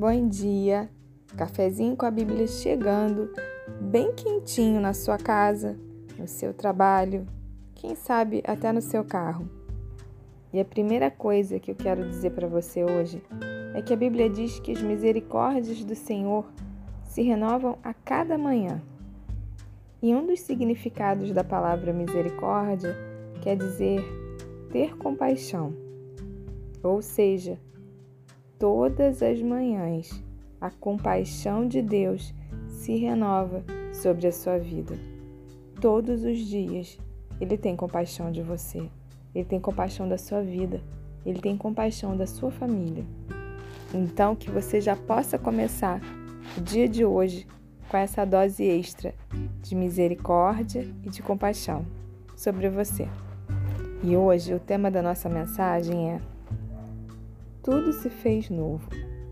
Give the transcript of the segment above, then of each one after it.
Bom dia! Cafezinho com a Bíblia chegando, bem quentinho na sua casa, no seu trabalho, quem sabe até no seu carro. E a primeira coisa que eu quero dizer para você hoje é que a Bíblia diz que as misericórdias do Senhor se renovam a cada manhã. E um dos significados da palavra misericórdia quer dizer ter compaixão, ou seja, todas as manhãs, a compaixão de Deus se renova sobre a sua vida. Todos os dias, Ele tem compaixão de você. Ele tem compaixão da sua vida. Ele tem compaixão da sua família. Então, que você já possa começar o dia de hoje com essa dose extra de misericórdia e de compaixão sobre você. E hoje, o tema da nossa mensagem é Tudo se fez novo.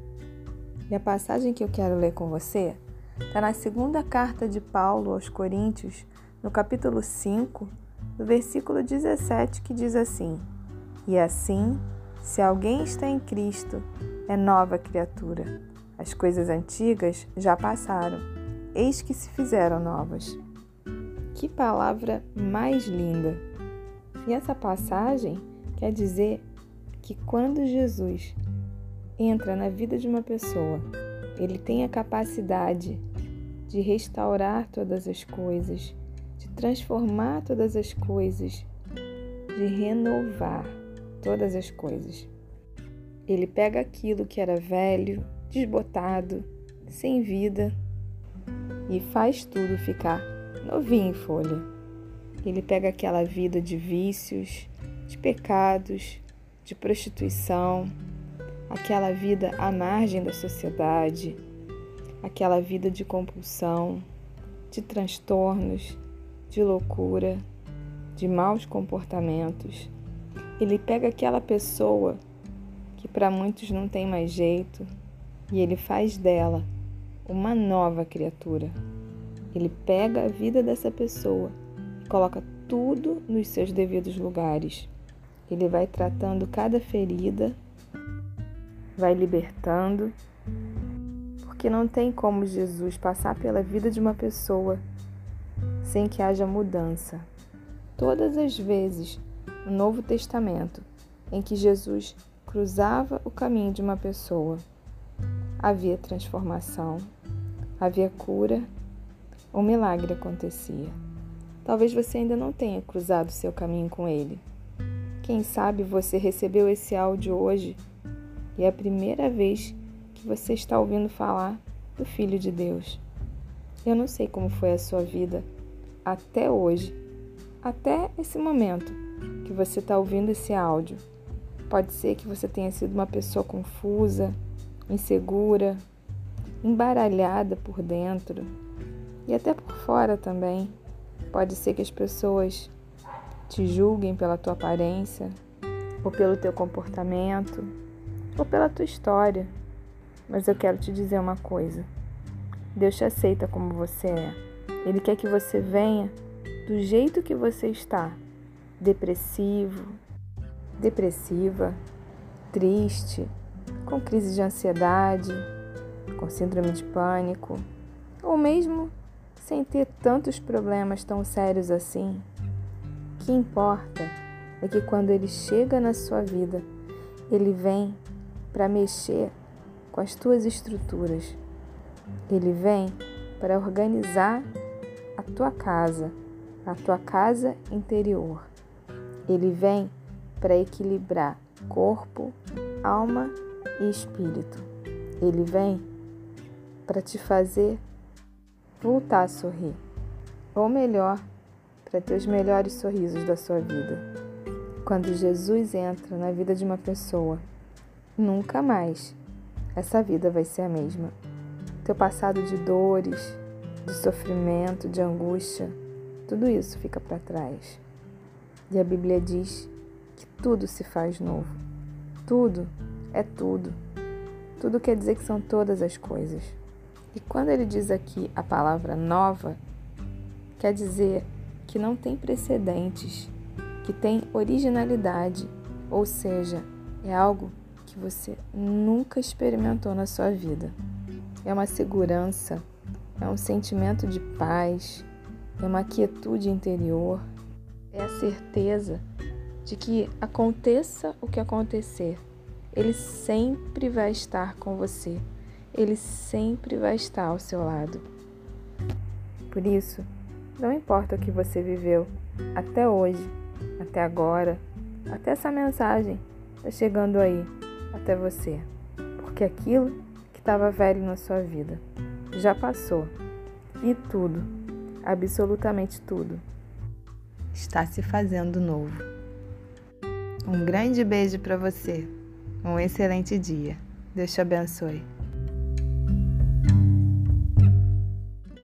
E a passagem que eu quero ler com você está na segunda carta de Paulo aos Coríntios, no capítulo 5, no versículo 17, que diz assim: E assim, se alguém está em Cristo, é nova criatura. As coisas antigas já passaram, eis que se fizeram novas. Que palavra mais linda! E essa passagem quer dizer que quando Jesus entra na vida de uma pessoa, ele tem a capacidade de restaurar todas as coisas, de transformar todas as coisas, de renovar todas as coisas. Ele pega aquilo que era velho, desbotado, sem vida, e faz tudo ficar novinho em folha. Ele pega aquela vida de vícios, de pecados, de prostituição, aquela vida à margem da sociedade, aquela vida de compulsão, de transtornos, de loucura, de maus comportamentos. Ele pega aquela pessoa que para muitos não tem mais jeito e ele faz dela uma nova criatura. Ele pega a vida dessa pessoa e coloca tudo nos seus devidos lugares. Ele vai tratando cada ferida, vai libertando, porque não tem como Jesus passar pela vida de uma pessoa sem que haja mudança. Todas as vezes no Novo Testamento em que Jesus cruzava o caminho de uma pessoa, havia transformação, havia cura, um milagre acontecia. Talvez você ainda não tenha cruzado o seu caminho com ele. Quem sabe você recebeu esse áudio hoje e é a primeira vez que você está ouvindo falar do Filho de Deus. Eu não sei como foi a sua vida até hoje, até esse momento que você está ouvindo esse áudio. Pode ser que você tenha sido uma pessoa confusa, insegura, embaralhada por dentro e até por fora também. Pode ser que as pessoas te julguem pela tua aparência, ou pelo teu comportamento, ou pela tua história. Mas eu quero te dizer uma coisa. Deus te aceita como você é. Ele quer que você venha do jeito que você está. Depressivo, depressiva, triste, com crise de ansiedade, com síndrome de pânico, ou mesmo sem ter tantos problemas tão sérios assim. O que importa é que quando Ele chega na sua vida, Ele vem para mexer com as tuas estruturas. Ele vem para organizar a tua casa interior. Ele vem para equilibrar corpo, alma e espírito. Ele vem para te fazer voltar a sorrir. Ou melhor, para ter os melhores sorrisos da sua vida. Quando Jesus entra na vida de uma pessoa, nunca mais essa vida vai ser a mesma. Teu passado de dores, de sofrimento, de angústia, tudo isso fica para trás. E a Bíblia diz que tudo se faz novo. Tudo é tudo. Tudo quer dizer que são todas as coisas. E quando ele diz aqui a palavra nova, quer dizer que não tem precedentes, que tem originalidade, ou seja, é algo que que você nunca experimentou na sua vida. É uma segurança, é um sentimento de paz, é uma quietude interior, é a certeza de que aconteça o que acontecer, Ele sempre vai estar com você, Ele sempre vai estar ao seu lado. Por isso, não importa o que você viveu até hoje, até agora, até essa mensagem está chegando aí, até você, porque aquilo que estava velho na sua vida já passou e tudo, absolutamente tudo, está se fazendo novo. Um grande beijo para você, um excelente dia. Deus te abençoe.